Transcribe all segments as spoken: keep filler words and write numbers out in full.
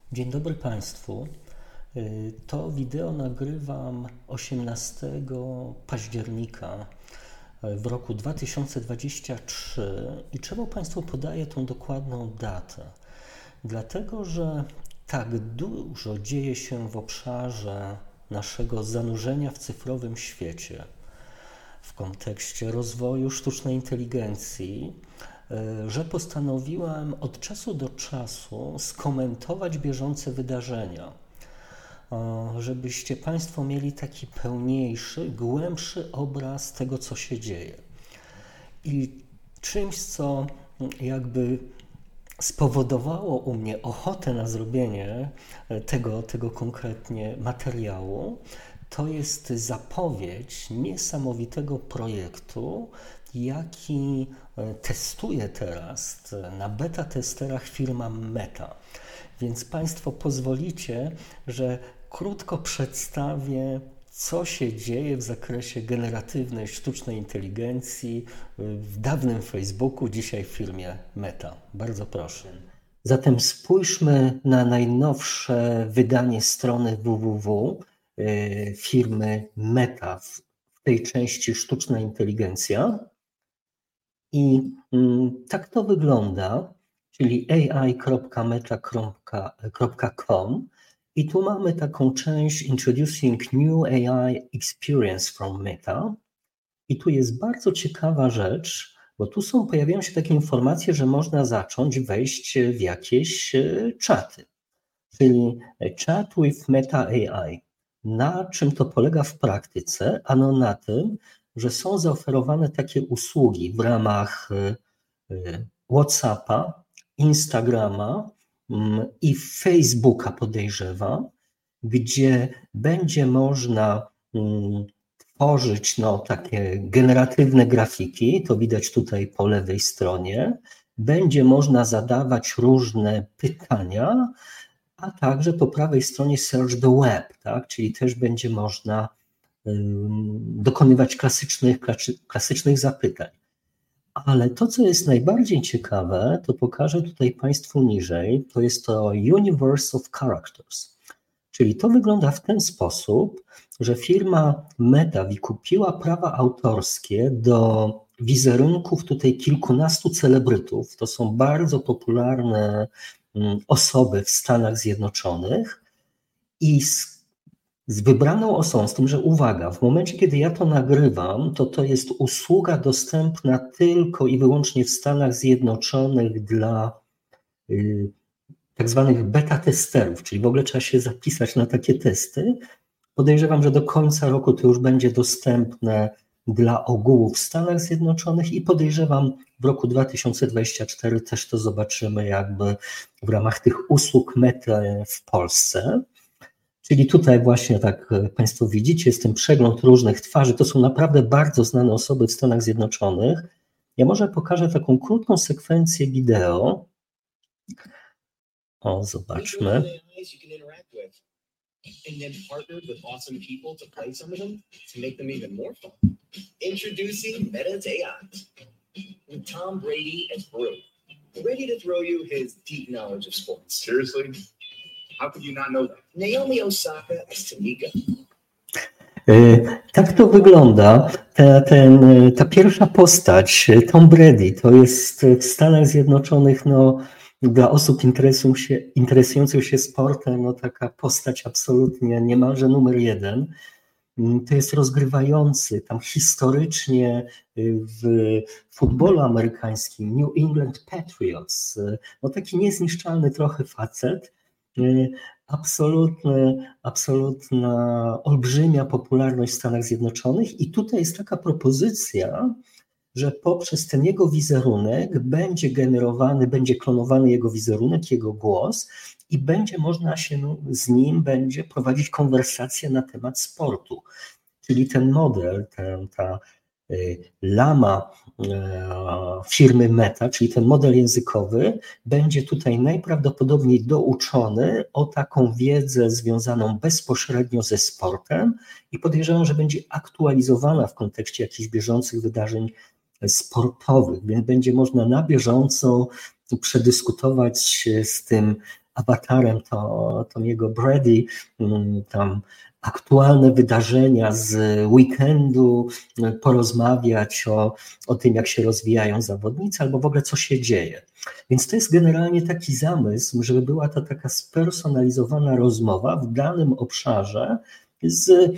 Dzień dobry Państwu. To wideo nagrywam osiemnastego października w roku dwa tysiące dwudziestym trzecim i czemu Państwu podaję tą dokładną datę? Dlatego, że tak dużo dzieje się w obszarze naszego zanurzenia w cyfrowym świecie, w kontekście rozwoju sztucznej inteligencji, że postanowiłem od czasu do czasu skomentować bieżące wydarzenia, żebyście Państwo mieli taki pełniejszy, głębszy obraz tego, co się dzieje. I czymś, co jakby spowodowało u mnie ochotę na zrobienie tego, tego konkretnie materiału, to jest zapowiedź niesamowitego projektu, jaki testuje teraz na beta testerach firma Meta. Więc Państwo pozwolicie, że krótko przedstawię, co się dzieje w zakresie generatywnej sztucznej inteligencji w dawnym Facebooku, dzisiaj w firmie Meta. Bardzo proszę. Zatem spójrzmy na najnowsze wydanie strony www firmy Meta w tej części sztuczna inteligencja. I tak to wygląda, czyli a i kropka meta kropka com i tu mamy taką część Introducing New A I Experience from Meta i tu jest bardzo ciekawa rzecz, bo tu są, pojawiają się takie informacje, że można zacząć wejść w jakieś czaty, czyli Chat with Meta A I. Na czym to polega w praktyce? Ano na tym, że są zaoferowane takie usługi w ramach WhatsAppa, Instagrama i Facebooka, podejrzewam, gdzie będzie można tworzyć no, takie generatywne grafiki, to widać tutaj po lewej stronie, będzie można zadawać różne pytania, a także po prawej stronie Search the Web, tak? Czyli też będzie można dokonywać klasycznych, klasycznych zapytań. Ale to, co jest najbardziej ciekawe, to pokażę tutaj Państwu niżej, to jest to Universe of Characters. Czyli to wygląda w ten sposób, że firma Meta wykupiła prawa autorskie do wizerunków tutaj kilkunastu celebrytów. To są bardzo popularne osoby w Stanach Zjednoczonych i z Z wybraną osobą, z tym, że uwaga, w momencie, kiedy ja to nagrywam, to to jest usługa dostępna tylko i wyłącznie w Stanach Zjednoczonych dla y, tak zwanych beta testerów, czyli w ogóle trzeba się zapisać na takie testy. Podejrzewam, że do końca roku to już będzie dostępne dla ogółu w Stanach Zjednoczonych i podejrzewam w roku dwa tysiące dwudziestym czwartym też to zobaczymy jakby w ramach tych usług Meta w Polsce. Czyli tutaj właśnie, tak Państwo widzicie, jest ten przegląd różnych twarzy. To są naprawdę bardzo znane osoby w Stanach Zjednoczonych. Ja może pokażę taką krótką sekwencję wideo. O, zobaczmy. Introducing Meta's A I. With Tom Brady as Brew. Ready to throw you his deep knowledge of sports. Seriously? How could you not know that? Naomi Osaka as Tamika. Tak to wygląda. Ta, ten, ta pierwsza postać, Tom Brady, to jest w Stanach Zjednoczonych no, dla osób interesujących się, interesujących się sportem no, taka postać absolutnie niemalże numer jeden. To jest rozgrywający tam historycznie w futbolu amerykańskim New England Patriots. No, taki niezniszczalny trochę facet. Absolutny, absolutna olbrzymia popularność w Stanach Zjednoczonych i tutaj jest taka propozycja, że poprzez ten jego wizerunek będzie generowany, będzie klonowany jego wizerunek, jego głos i będzie można się z nim będzie prowadzić konwersację na temat sportu. Czyli ten model, ten, ta Llama firmy Meta, czyli ten model językowy, będzie tutaj najprawdopodobniej douczony o taką wiedzę związaną bezpośrednio ze sportem i podejrzewam, że będzie aktualizowana w kontekście jakichś bieżących wydarzeń sportowych, więc będzie można na bieżąco przedyskutować z tym awatarem to, to jego Brady, tam aktualne wydarzenia z weekendu, porozmawiać o, o tym, jak się rozwijają zawodnicy, albo w ogóle co się dzieje. Więc to jest generalnie taki zamysł, żeby była to taka spersonalizowana rozmowa w danym obszarze z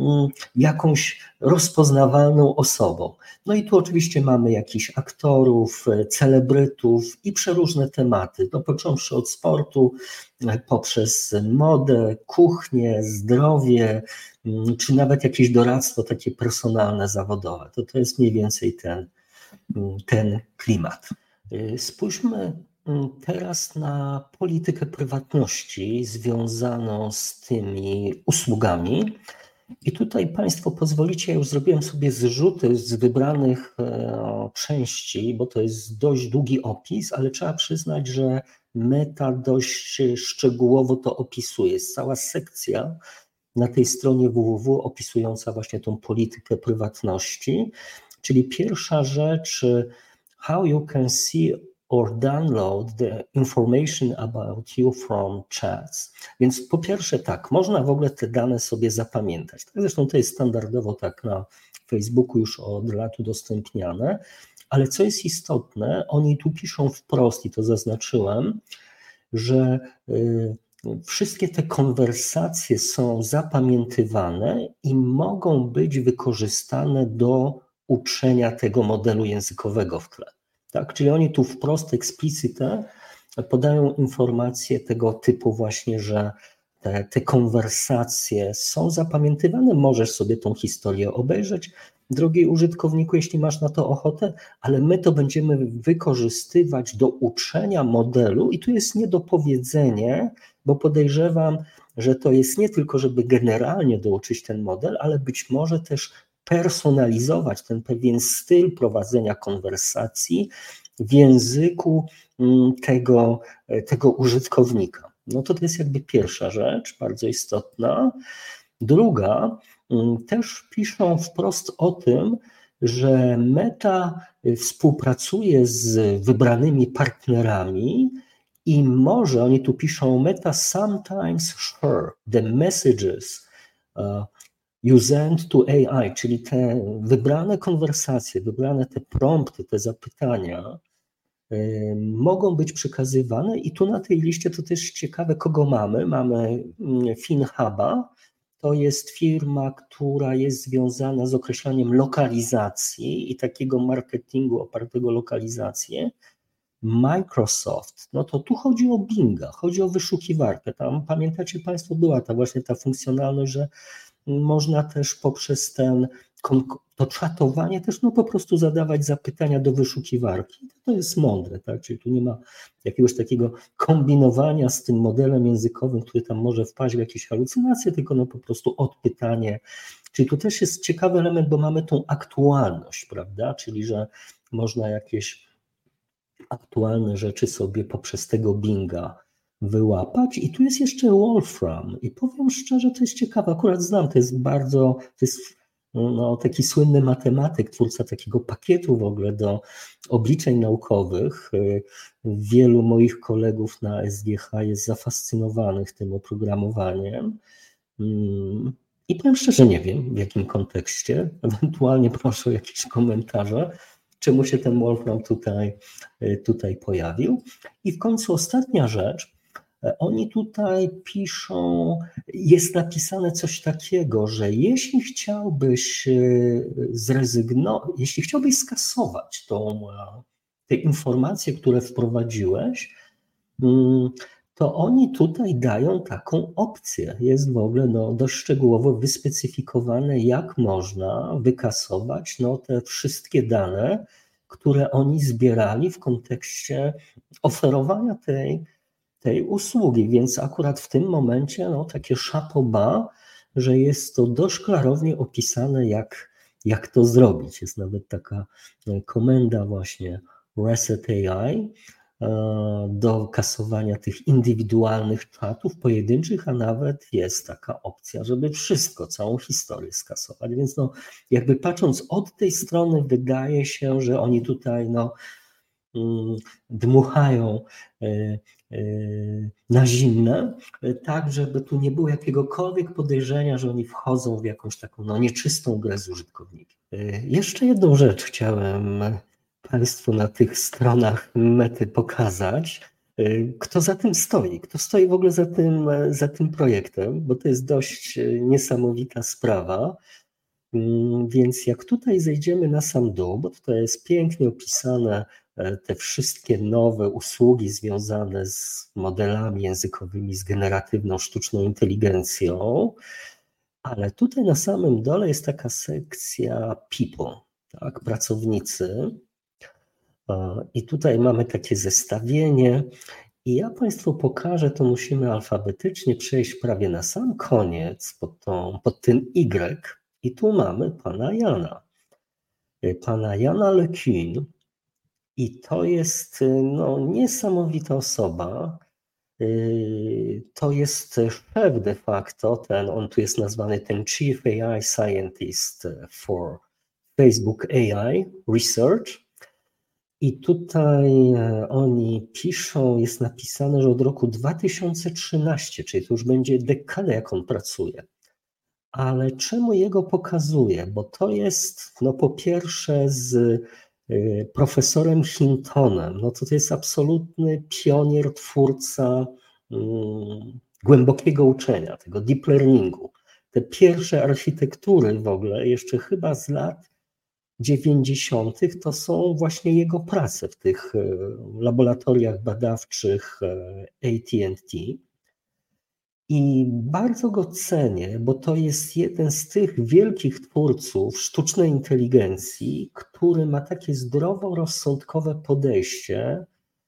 jakąś rozpoznawalną osobą. No i tu oczywiście mamy jakichś aktorów, celebrytów i przeróżne tematy, no począwszy od sportu, poprzez modę, kuchnię, zdrowie, czy nawet jakieś doradztwo takie personalne, zawodowe. To, to jest mniej więcej ten, ten klimat. Spójrzmy teraz na politykę prywatności związaną z tymi usługami. I tutaj Państwo pozwolicie, ja już zrobiłem sobie zrzuty z wybranych e, części, bo to jest dość długi opis, ale trzeba przyznać, że Meta dość szczegółowo to opisuje. Jest cała sekcja na tej stronie www opisująca właśnie tą politykę prywatności, czyli pierwsza rzecz, how you can see or download the information about you from chats. Więc po pierwsze tak, można w ogóle te dane sobie zapamiętać. Zresztą to jest standardowo tak na Facebooku już od lat udostępniane, ale co jest istotne, oni tu piszą wprost i to zaznaczyłem, że y, wszystkie te konwersacje są zapamiętywane i mogą być wykorzystane do uczenia tego modelu językowego w tle. Tak, czyli oni tu wprost, explicite podają informacje tego typu właśnie, że te, te konwersacje są zapamiętywane, możesz sobie tą historię obejrzeć, drogi użytkowniku, jeśli masz na to ochotę, ale my to będziemy wykorzystywać do uczenia modelu i tu jest niedopowiedzenie, bo podejrzewam, że to jest nie tylko, żeby generalnie douczyć ten model, ale być może też personalizować ten pewien styl prowadzenia konwersacji w języku tego, tego użytkownika. No to to jest jakby pierwsza rzecz, bardzo istotna. Druga, też piszą wprost o tym, że Meta współpracuje z wybranymi partnerami i może, oni tu piszą, Meta sometimes share the messages you send to A I, czyli te wybrane konwersacje, wybrane te prompty, te zapytania y, mogą być przekazywane i tu na tej liście to też ciekawe, kogo mamy. Mamy FinHuba, to jest firma, która jest związana z określaniem lokalizacji i takiego marketingu opartego o lokalizację. Microsoft, no to tu chodzi o Binga, chodzi o wyszukiwarkę. Tam pamiętacie Państwo, była ta właśnie ta funkcjonalność, że można też poprzez ten, to czatowanie też no po prostu zadawać zapytania do wyszukiwarki. To jest mądre, tak? Czyli tu nie ma jakiegoś takiego kombinowania z tym modelem językowym, który tam może wpaść w jakieś halucynacje, tylko no po prostu odpytanie. Czyli tu też jest ciekawy element, bo mamy tą aktualność, prawda? Czyli że można jakieś aktualne rzeczy sobie poprzez tego Binga wyłapać. I tu jest jeszcze Wolfram i powiem szczerze, to jest ciekawe, akurat znam, to jest bardzo, to jest no, taki słynny matematyk, twórca takiego pakietu w ogóle do obliczeń naukowych. Wielu moich kolegów na S G H jest zafascynowanych tym oprogramowaniem i powiem szczerze, nie wiem w jakim kontekście, ewentualnie proszę o jakieś komentarze, czemu się ten Wolfram tutaj, tutaj pojawił. I w końcu ostatnia rzecz, oni tutaj piszą, jest napisane coś takiego, że jeśli chciałbyś zrezygnować, jeśli chciałbyś skasować tą, te informacje, które wprowadziłeś, to oni tutaj dają taką opcję. Jest w ogóle no, dość szczegółowo wyspecyfikowane, jak można wykasować no, te wszystkie dane, które oni zbierali w kontekście oferowania tej, tej usługi. Więc akurat w tym momencie no, takie chapeau bas, że jest to dość klarownie opisane, jak, jak to zrobić. Jest nawet taka komenda właśnie Reset A I do kasowania tych indywidualnych czatów pojedynczych, a nawet jest taka opcja, żeby wszystko, całą historię skasować. Więc no, jakby patrząc od tej strony, wydaje się, że oni tutaj no, dmuchają na zimne, tak żeby tu nie było jakiegokolwiek podejrzenia, że oni wchodzą w jakąś taką no, nieczystą grę z użytkownikiem. Jeszcze jedną rzecz chciałem Państwu na tych stronach Mety pokazać. Kto za tym stoi? Kto stoi w ogóle za tym, za tym projektem? Bo to jest dość niesamowita sprawa. Więc jak tutaj zejdziemy na sam dół, bo tutaj jest pięknie opisane te wszystkie nowe usługi związane z modelami językowymi, z generatywną sztuczną inteligencją, ale tutaj na samym dole jest taka sekcja people, tak, pracownicy. I tutaj mamy takie zestawienie i ja Państwu pokażę, to musimy alfabetycznie przejść prawie na sam koniec pod, tą, pod ten Y i tu mamy pana Jana. Pana Jana LeCun i to jest no, niesamowita osoba. To jest szef de facto, ten, on tu jest nazwany ten Chief A I Scientist for Facebook A I Research. I tutaj oni piszą, jest napisane, że od roku dwa tysiące trzynastego, czyli to już będzie dekada, jak on pracuje. Ale czemu jego pokazuję? Bo to jest, no po pierwsze z profesorem Hintonem, no to to jest absolutny pionier, twórca um, głębokiego uczenia, tego deep learningu. Te pierwsze architektury w ogóle, jeszcze chyba z lat dziewięćdziesiątych, to są właśnie jego prace w tych laboratoriach badawczych A T and T. I bardzo go cenię, bo to jest jeden z tych wielkich twórców sztucznej inteligencji, który ma takie zdroworozsądkowe podejście,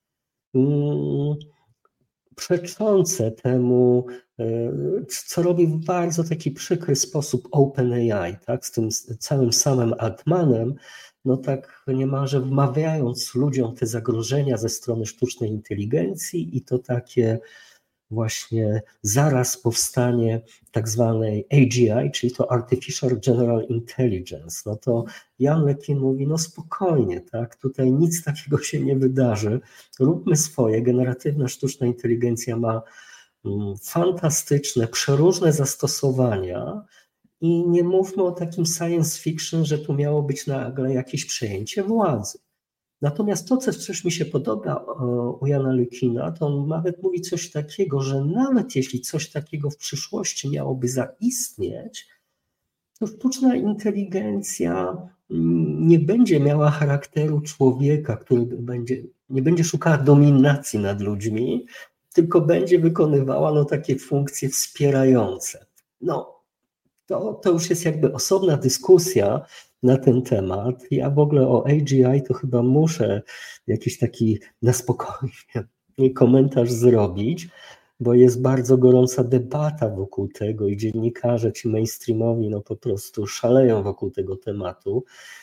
um, przeczące temu, co robi w bardzo taki przykry sposób OpenAI, tak, z tym całym samym Altmanem, no tak niemalże wmawiając ludziom te zagrożenia ze strony sztucznej inteligencji i to takie właśnie zaraz powstanie tak zwanej A G I, czyli to Artificial General Intelligence, no to Jan LeCun mówi, no spokojnie, tak, tutaj nic takiego się nie wydarzy, róbmy swoje, generatywna sztuczna inteligencja ma mm, fantastyczne, przeróżne zastosowania i nie mówmy o takim science fiction, że tu miało być nagle jakieś przejęcie władzy. Natomiast to, co też mi się podoba u Jana LeCuna, to on nawet mówi coś takiego, że nawet jeśli coś takiego w przyszłości miałoby zaistnieć, to sztuczna inteligencja nie będzie miała charakteru człowieka, który będzie, nie będzie szukała dominacji nad ludźmi, tylko będzie wykonywała no, takie funkcje wspierające. No, to, to już jest jakby osobna dyskusja na ten temat. Ja w ogóle o A G I to chyba muszę jakiś taki na spokojnie komentarz zrobić, bo jest bardzo gorąca debata wokół tego i dziennikarze ci mainstreamowi no po prostu szaleją wokół tego tematu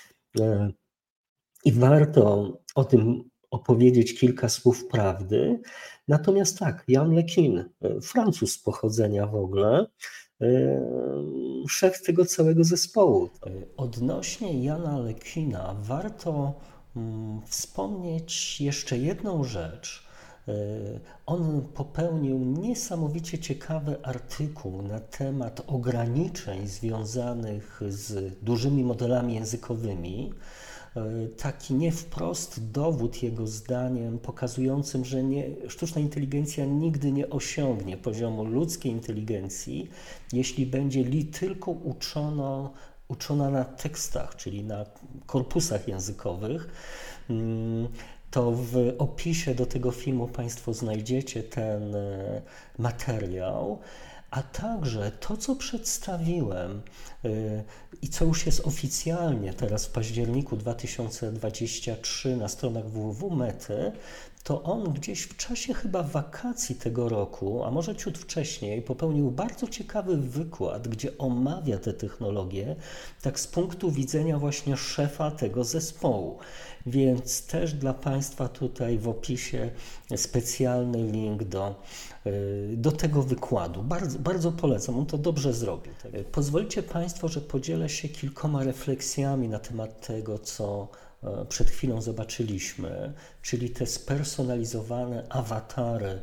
i warto o tym opowiedzieć kilka słów prawdy. Natomiast tak, Jan LeCun, Francuz z pochodzenia w ogóle, szef tego całego zespołu. Odnośnie Jana LeCuna warto wspomnieć jeszcze jedną rzecz. On popełnił niesamowicie ciekawy artykuł na temat ograniczeń związanych z dużymi modelami językowymi. Taki nie wprost dowód jego zdaniem pokazującym, że nie, sztuczna inteligencja nigdy nie osiągnie poziomu ludzkiej inteligencji, jeśli będzie li tylko uczono, uczona na tekstach, czyli na korpusach językowych. To w opisie do tego filmu Państwo znajdziecie ten materiał. A także to, co przedstawiłem i co już jest oficjalnie teraz w październiku dwa tysiące dwudziestego trzeciego na stronach www Mety, to on gdzieś w czasie chyba wakacji tego roku, a może ciut wcześniej, popełnił bardzo ciekawy wykład, gdzie omawia te technologie, tak z punktu widzenia właśnie szefa tego zespołu. Więc też dla Państwa tutaj w opisie specjalny link do, do tego wykładu. Bardzo, bardzo polecam, on to dobrze zrobił. Pozwólcie Państwo, że podzielę się kilkoma refleksjami na temat tego, co przed chwilą zobaczyliśmy, czyli te spersonalizowane awatary,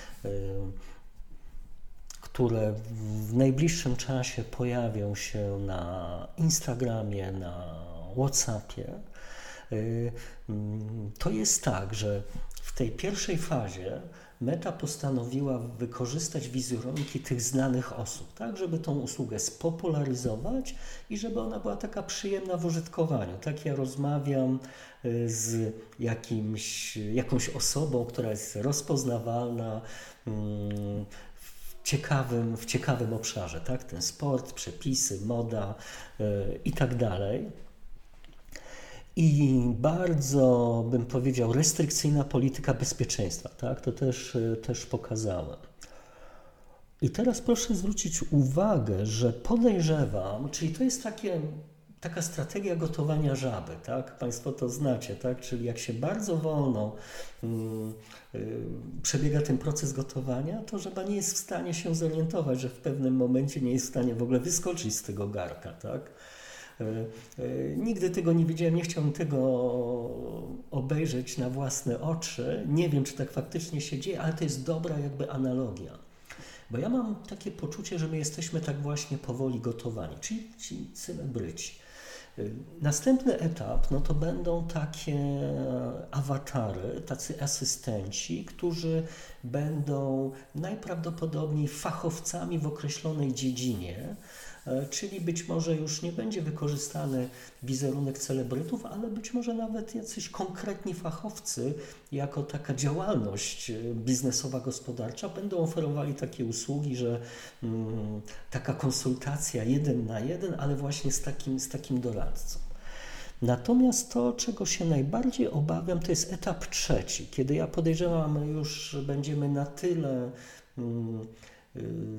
które w najbliższym czasie pojawią się na Instagramie, na WhatsAppie, to jest tak, że w tej pierwszej fazie Meta postanowiła wykorzystać wizerunki tych znanych osób, tak, żeby tą usługę spopularyzować i żeby ona była taka przyjemna w użytkowaniu. Tak, ja rozmawiam z jakimś, jakąś osobą, która jest rozpoznawalna w ciekawym, w ciekawym obszarze, tak, ten sport, przepisy, moda i tak dalej. I bardzo, bym powiedział, restrykcyjna polityka bezpieczeństwa, tak? To też, też pokazałem. I teraz proszę zwrócić uwagę, że podejrzewam, czyli to jest takie, taka strategia gotowania żaby, tak? Państwo to znacie, tak? Czyli jak się bardzo wolno um, y, przebiega ten proces gotowania, to żaba nie jest w stanie się zorientować, że w pewnym momencie nie jest w stanie w ogóle wyskoczyć z tego garka, tak? Nigdy tego nie widziałem, nie chciałbym tego obejrzeć na własne oczy. Nie wiem, czy tak faktycznie się dzieje, ale to jest dobra jakby analogia. Bo ja mam takie poczucie, że my jesteśmy tak właśnie powoli gotowani, czyli ci celebryci. Następny etap, no to będą takie awatary, tacy asystenci, którzy będą najprawdopodobniej fachowcami w określonej dziedzinie, czyli być może już nie będzie wykorzystany wizerunek celebrytów, ale być może nawet jacyś konkretni fachowcy jako taka działalność biznesowa, gospodarcza będą oferowali takie usługi, że mm, taka konsultacja jeden na jeden, ale właśnie z takim, z takim doradcą. Natomiast to, czego się najbardziej obawiam, to jest etap trzeci, kiedy ja podejrzewam, już będziemy na tyle mm, yy,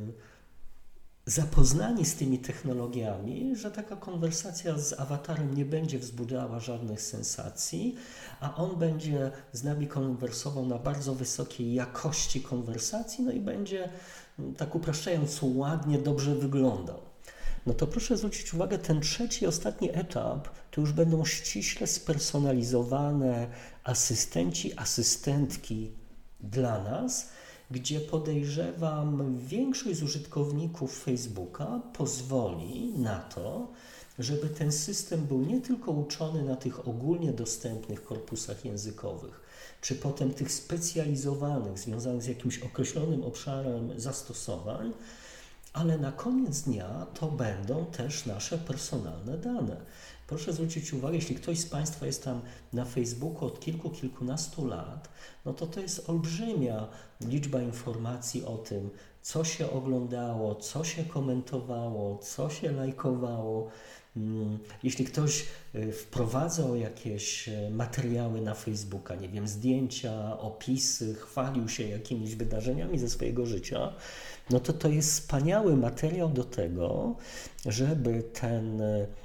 zapoznani z tymi technologiami, że taka konwersacja z awatarem nie będzie wzbudzała żadnych sensacji, a on będzie z nami konwersował na bardzo wysokiej jakości konwersacji, no i będzie, tak upraszczając, ładnie, dobrze wyglądał. No to proszę zwrócić uwagę, ten trzeci, ostatni etap, to już będą ściśle spersonalizowane asystenci, asystentki dla nas, gdzie podejrzewam, większość z użytkowników Facebooka pozwoli na to, żeby ten system był nie tylko uczony na tych ogólnie dostępnych korpusach językowych, czy potem tych specjalizowanych, związanych z jakimś określonym obszarem zastosowań, ale na koniec dnia to będą też nasze personalne dane. Proszę zwrócić uwagę, jeśli ktoś z Państwa jest tam na Facebooku od kilku, kilkunastu lat, no to to jest olbrzymia liczba informacji o tym, co się oglądało, co się komentowało, co się lajkowało. Jeśli ktoś wprowadzał jakieś materiały na Facebooka, nie wiem, zdjęcia, opisy, chwalił się jakimiś wydarzeniami ze swojego życia, no to to jest wspaniały materiał do tego, żeby ten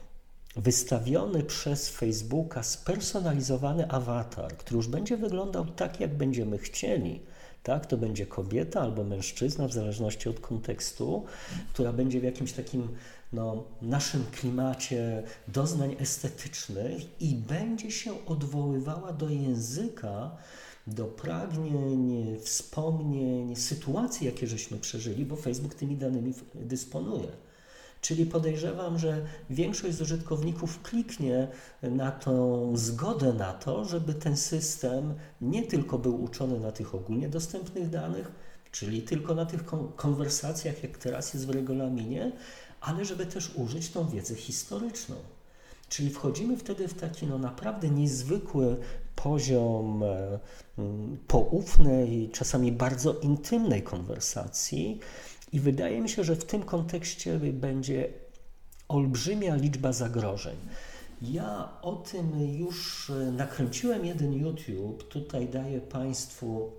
wystawiony przez Facebooka spersonalizowany awatar, który już będzie wyglądał tak, jak będziemy chcieli, tak, to będzie kobieta albo mężczyzna, w zależności od kontekstu, która będzie w jakimś takim no, naszym klimacie doznań estetycznych i będzie się odwoływała do języka, do pragnień, wspomnień, sytuacji, jakie żeśmy przeżyli, bo Facebook tymi danymi dysponuje. Czyli podejrzewam, że większość z użytkowników kliknie na tą zgodę na to, żeby ten system nie tylko był uczony na tych ogólnie dostępnych danych, czyli tylko na tych konwersacjach, jak teraz jest w regulaminie, ale żeby też użyć tą wiedzę historyczną. Czyli wchodzimy wtedy w taki no, naprawdę niezwykły poziom e, poufnej, czasami bardzo intymnej konwersacji i wydaje mi się, że w tym kontekście będzie olbrzymia liczba zagrożeń. Ja o tym już nakręciłem jeden YouTube, tutaj daję Państwu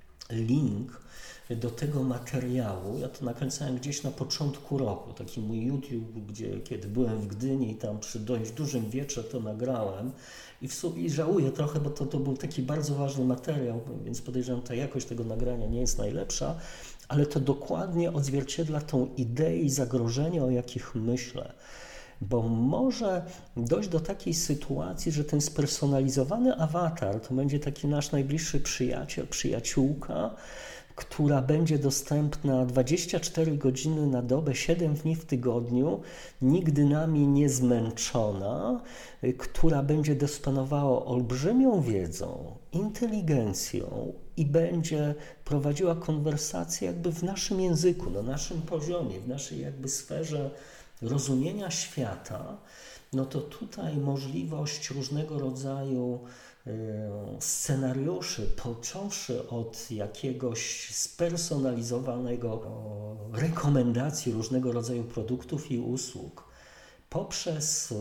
link do tego materiału. Ja to nakręcałem gdzieś na początku roku, taki mój YouTube, gdzie kiedy byłem w Gdyni i tam przy dość dużym wietrze to nagrałem i, w sumie, i żałuję trochę, bo to, to był taki bardzo ważny materiał, więc podejrzewam, ta jakość tego nagrania nie jest najlepsza, ale to dokładnie odzwierciedla tą ideę i zagrożenia, o jakich myślę. bo może dojść do takiej sytuacji, że ten spersonalizowany awatar to będzie taki nasz najbliższy przyjaciel, przyjaciółka, która będzie dostępna dwadzieścia cztery godziny na dobę, siedem dni w tygodniu, nigdy nami nie zmęczona, która będzie dysponowała olbrzymią wiedzą, inteligencją i będzie prowadziła konwersację jakby w naszym języku, na naszym poziomie, w naszej jakby sferze rozumienia świata, no to tutaj możliwość różnego rodzaju scenariuszy, począwszy od jakiegoś spersonalizowanego rekomendacji różnego rodzaju produktów i usług, poprzez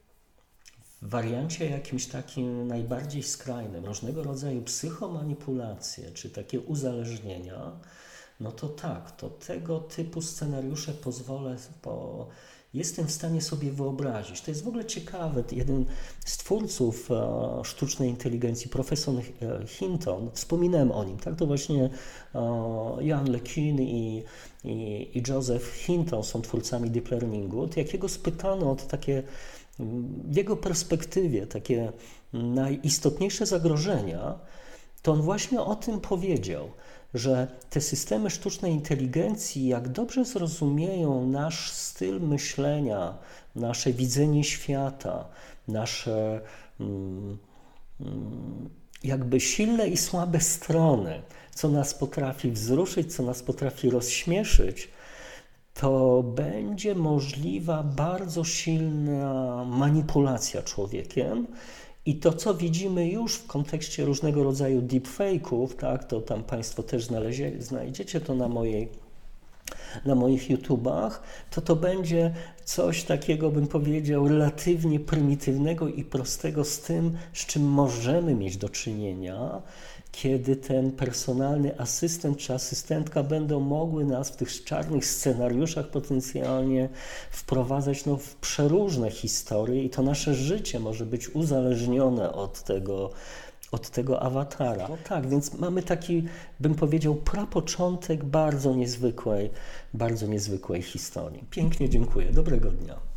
w wariancie jakimś takim najbardziej skrajnym różnego rodzaju psychomanipulacje, czy takie uzależnienia, no to tak, to tego typu scenariusze pozwolę, po, jestem w stanie sobie wyobrazić. To jest w ogóle ciekawe. Jeden z twórców e, sztucznej inteligencji, profesor Hinton, wspominałem o nim, tak? To właśnie e, Ian LeCun i, i, i Joseph Hinton są twórcami deep learningu. To jakiego spytano o takie, w jego perspektywie, takie najistotniejsze zagrożenia, to on właśnie o tym powiedział, że te systemy sztucznej inteligencji, jak dobrze zrozumieją nasz styl myślenia, nasze widzenie świata, nasze mm, jakby silne i słabe strony, co nas potrafi wzruszyć, co nas potrafi rozśmieszyć, to będzie możliwa bardzo silna manipulacja człowiekiem. I to, co widzimy już w kontekście różnego rodzaju deepfake'ów, tak, to tam Państwo też znalezie, znajdziecie to na, mojej, na moich YouTubach, to to będzie coś takiego, bym powiedział, relatywnie prymitywnego i prostego z tym, z czym możemy mieć do czynienia, kiedy ten personalny asystent czy asystentka będą mogły nas w tych czarnych scenariuszach potencjalnie wprowadzać no, w przeróżne historie i to nasze życie może być uzależnione od tego, od tego awatara. No tak, więc mamy taki, bym powiedział, prapoczątek bardzo niezwykłej, bardzo niezwykłej historii. Pięknie dziękuję. Dobrego dnia.